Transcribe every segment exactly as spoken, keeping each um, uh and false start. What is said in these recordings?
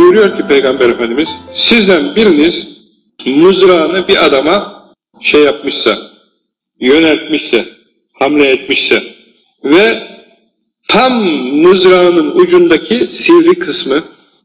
Buyuruyor ki Peygamber Efendimiz, sizden biriniz mızrağını bir adama şey yapmışsa, yöneltmişse, hamle etmişse ve tam mızrağının ucundaki sivri kısmı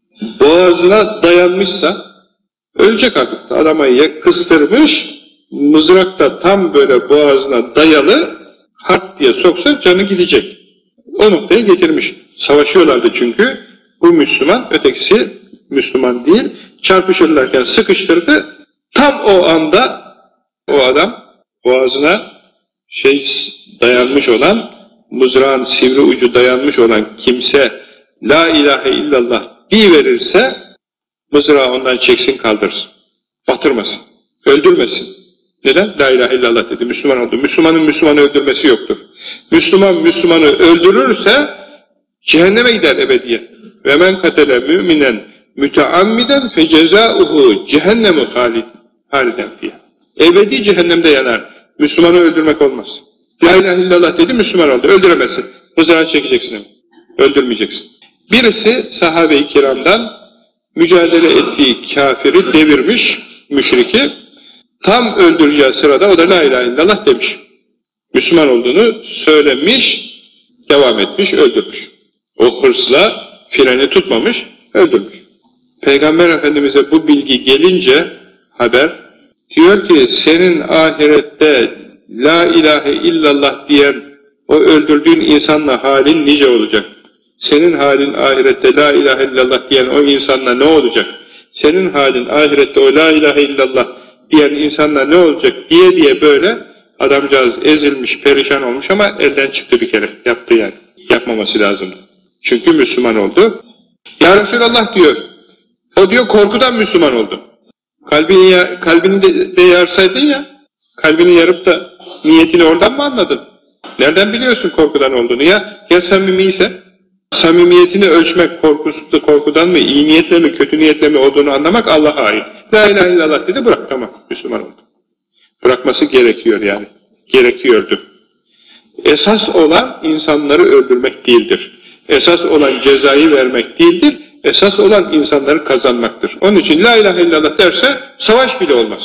boğazına dayanmışsa, ölecek artık. Adama kıstırmış, mızrak da tam böyle boğazına dayalı, hart diye soksa canı gidecek. O noktaya getirmiş. Savaşıyorlardı çünkü. Bu Müslüman, ötekisi Müslüman değil. Çarpışırlarken sıkıştırdı. Tam o anda o adam boğazına şey dayanmış olan, mızrağın sivri ucu dayanmış olan kimse La ilahe illallah diyiverirse mızrağı ondan çeksin, kaldırsın. Batırmasın. Öldürmesin. Neden? La ilahe illallah dedi. Müslüman oldu. Müslümanın Müslümanı öldürmesi yoktur. Müslüman Müslümanı öldürürse cehenneme gider ebediyen. Ve men katele müminen müteammiden fe cezauhu cehennemu haliden fiyah. Ebedi cehennemde yanar. Müslümanı öldürmek olmaz. La ilahe illallah dedi, Müslüman oldu. Öldüremezsin. Mızrağı çekeceksin hemen. Öldürmeyeceksin. Birisi sahabe-i kiramdan mücadele ettiği kafiri devirmiş, müşriki. Tam öldüreceği sırada o da la ilahe illallah demiş. Müslüman olduğunu söylemiş, devam etmiş, öldürmüş. O hırsla freni tutmamış, öldürmüş. Peygamber Efendimiz'e bu bilgi gelince haber, diyor ki senin ahirette la ilahe illallah diyen o öldürdüğün insanla halin nice olacak? Senin halin ahirette la ilahe illallah diyen o insanla ne olacak? Senin halin ahirette o la ilahe illallah diyen insanla ne olacak diye diye böyle adamcağız ezilmiş, perişan olmuş ama elden çıktı bir kere. Yaptı yani. Yapmaması lazımdı. Çünkü Müslüman oldu. Ya Resulallah diyor. O diyor korkudan Müslüman oldu. Kalbini, ya, kalbini de, de yarsaydın ya. Kalbini yarıp da niyetini oradan mı anladın? Nereden biliyorsun korkudan olduğunu? Ya, ya samimiyse? Samimiyetini ölçmek korkusu, korkudan mı, iyi niyetle mi, kötü niyetle mi olduğunu anlamak Allah'a ait. La ilahe illallah dedi, bırak, tamam, Müslüman oldu. Bırakması gerekiyor yani. Gerekiyordu. Esas olan insanları öldürmek değildir. Esas olan cezayı vermek değildir. Esas olan insanları kazanmaktır. Onun için la ilahe illallah derse savaş bile olmaz.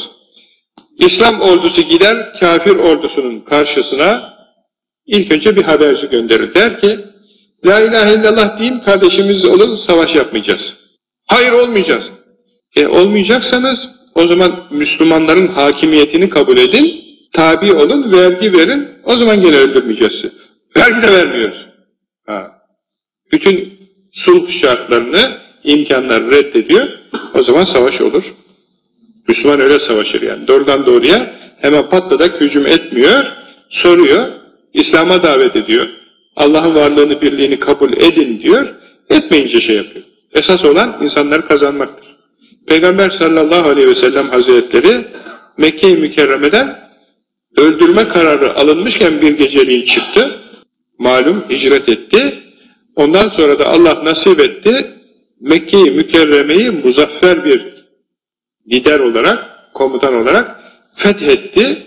İslam ordusu gider kafir ordusunun karşısına ilk önce bir haberci gönderir. Der ki la ilahe illallah deyin, kardeşimiz olun, savaş yapmayacağız. Hayır, olmayacağız. E olmayacaksanız o zaman Müslümanların hakimiyetini kabul edin, tabi olun, vergi verin, o zaman gene öldürmeyeceğiz. Vergi de vermiyoruz. Ha. Bütün sulh şartlarını, imkanları reddediyor, o zaman savaş olur. Müslüman öyle savaşır yani. Doğrudan doğruya hemen patladak hücum etmiyor, soruyor, İslam'a davet ediyor. Allah'ın varlığını, birliğini kabul edin diyor, etmeyince şey yapıyor. Esas olan insanları kazanmaktır. Peygamber sallallahu aleyhi ve sellem Hazretleri Mekke-i Mükerreme'den öldürme kararı alınmışken bir geceliğin çıktı. Malum hicret etti. Ondan sonra da Allah nasip etti. Mekke-i Mükerreme'yi muzaffer bir lider olarak, komutan olarak fethetti.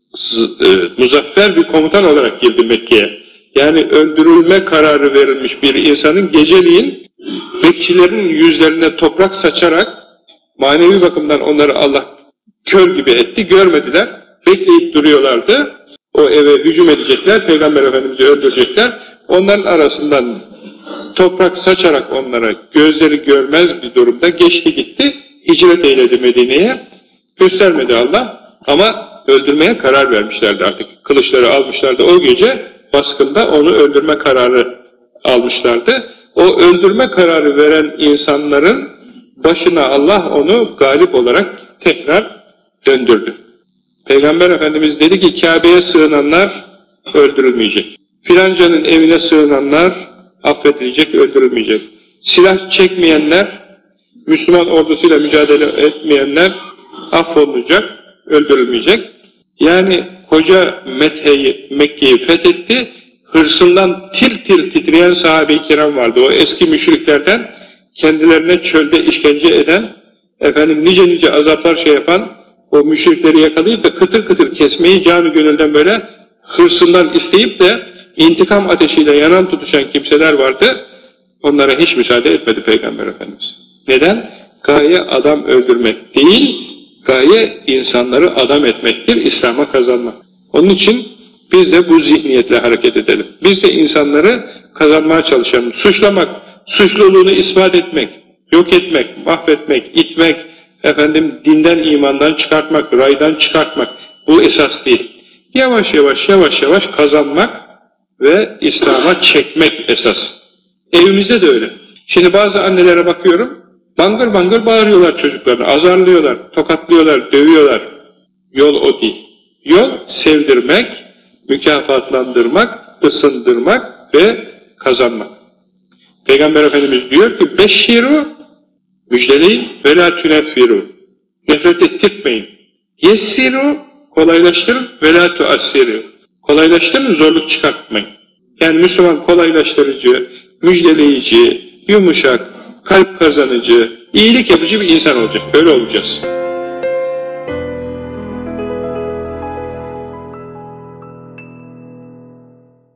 Muzaffer bir komutan olarak girdi Mekke'ye. Yani öldürülme kararı verilmiş bir insanın geceliğin bekçilerin yüzlerine toprak saçarak manevi bakımdan onları Allah kör gibi etti, görmediler, bekleyip duruyorlardı. O eve hücum edecekler, Peygamber Efendimiz'i öldürecekler. Onların arasından toprak saçarak onlara gözleri görmez bir durumda geçti gitti, hicret eyledi Medine'ye. Göstermedi Allah ama öldürmeye karar vermişlerdi artık. Kılıçları almışlardı o gece, baskında onu öldürme kararı almışlardı. O öldürme kararı veren insanların başına Allah onu galip olarak tekrar döndürdü. Peygamber Efendimiz dedi ki Kabe'ye sığınanlar öldürülmeyecek. Filancanın evine sığınanlar affedilecek, öldürülmeyecek. Silah çekmeyenler, Müslüman ordusuyla mücadele etmeyenler affolunacak, öldürülmeyecek. Yani koca Mekke'yi fethetti, hırsından tir tir titreyen sahabe-i kiram vardı. O eski müşriklerden kendilerine çölde işkence eden, efendim nice nice azaplar şey yapan, o müşrikleri yakalayıp da kıtır kıtır kesmeyi canı gönülden böyle hırsından isteyip de intikam ateşiyle yanan tutuşan kimseler vardı. Onlara hiç müsaade etmedi Peygamber Efendimiz. Neden? Gaye adam öldürmek değil, gaye insanları adam etmektir, İslam'a kazanmak. Onun için biz de bu zihniyetle hareket edelim. Biz de insanları kazanmaya çalışalım. Suçlamak, suçluluğunu ispat etmek, yok etmek, mahvetmek, itmek, efendim dinden imandan çıkartmak, raydan çıkartmak, bu esas değil. Yavaş yavaş yavaş yavaş kazanmak ve İslam'a çekmek esas. Evimizde de öyle. Şimdi bazı annelere bakıyorum, bangır bangır bağırıyorlar çocuklarını, azarlıyorlar, tokatlıyorlar, dövüyorlar. Yol o değil. Yol sevdirmek, mükafatlandırmak, ısındırmak ve kazanmak. Peygamber Efendimiz diyor ki, beşşiru, müjdeleyin, ve la tüneffiru, nefret ettirtmeyin. Yessiru, kolaylaştırın, ve la tuassiru, kolaylaştırın, zorluk çıkartmayın. Yani Müslüman kolaylaştırıcı, müjdeleyici, yumuşak, kalp kazanıcı, iyilik yapıcı bir insan olacak. Öyle olacağız.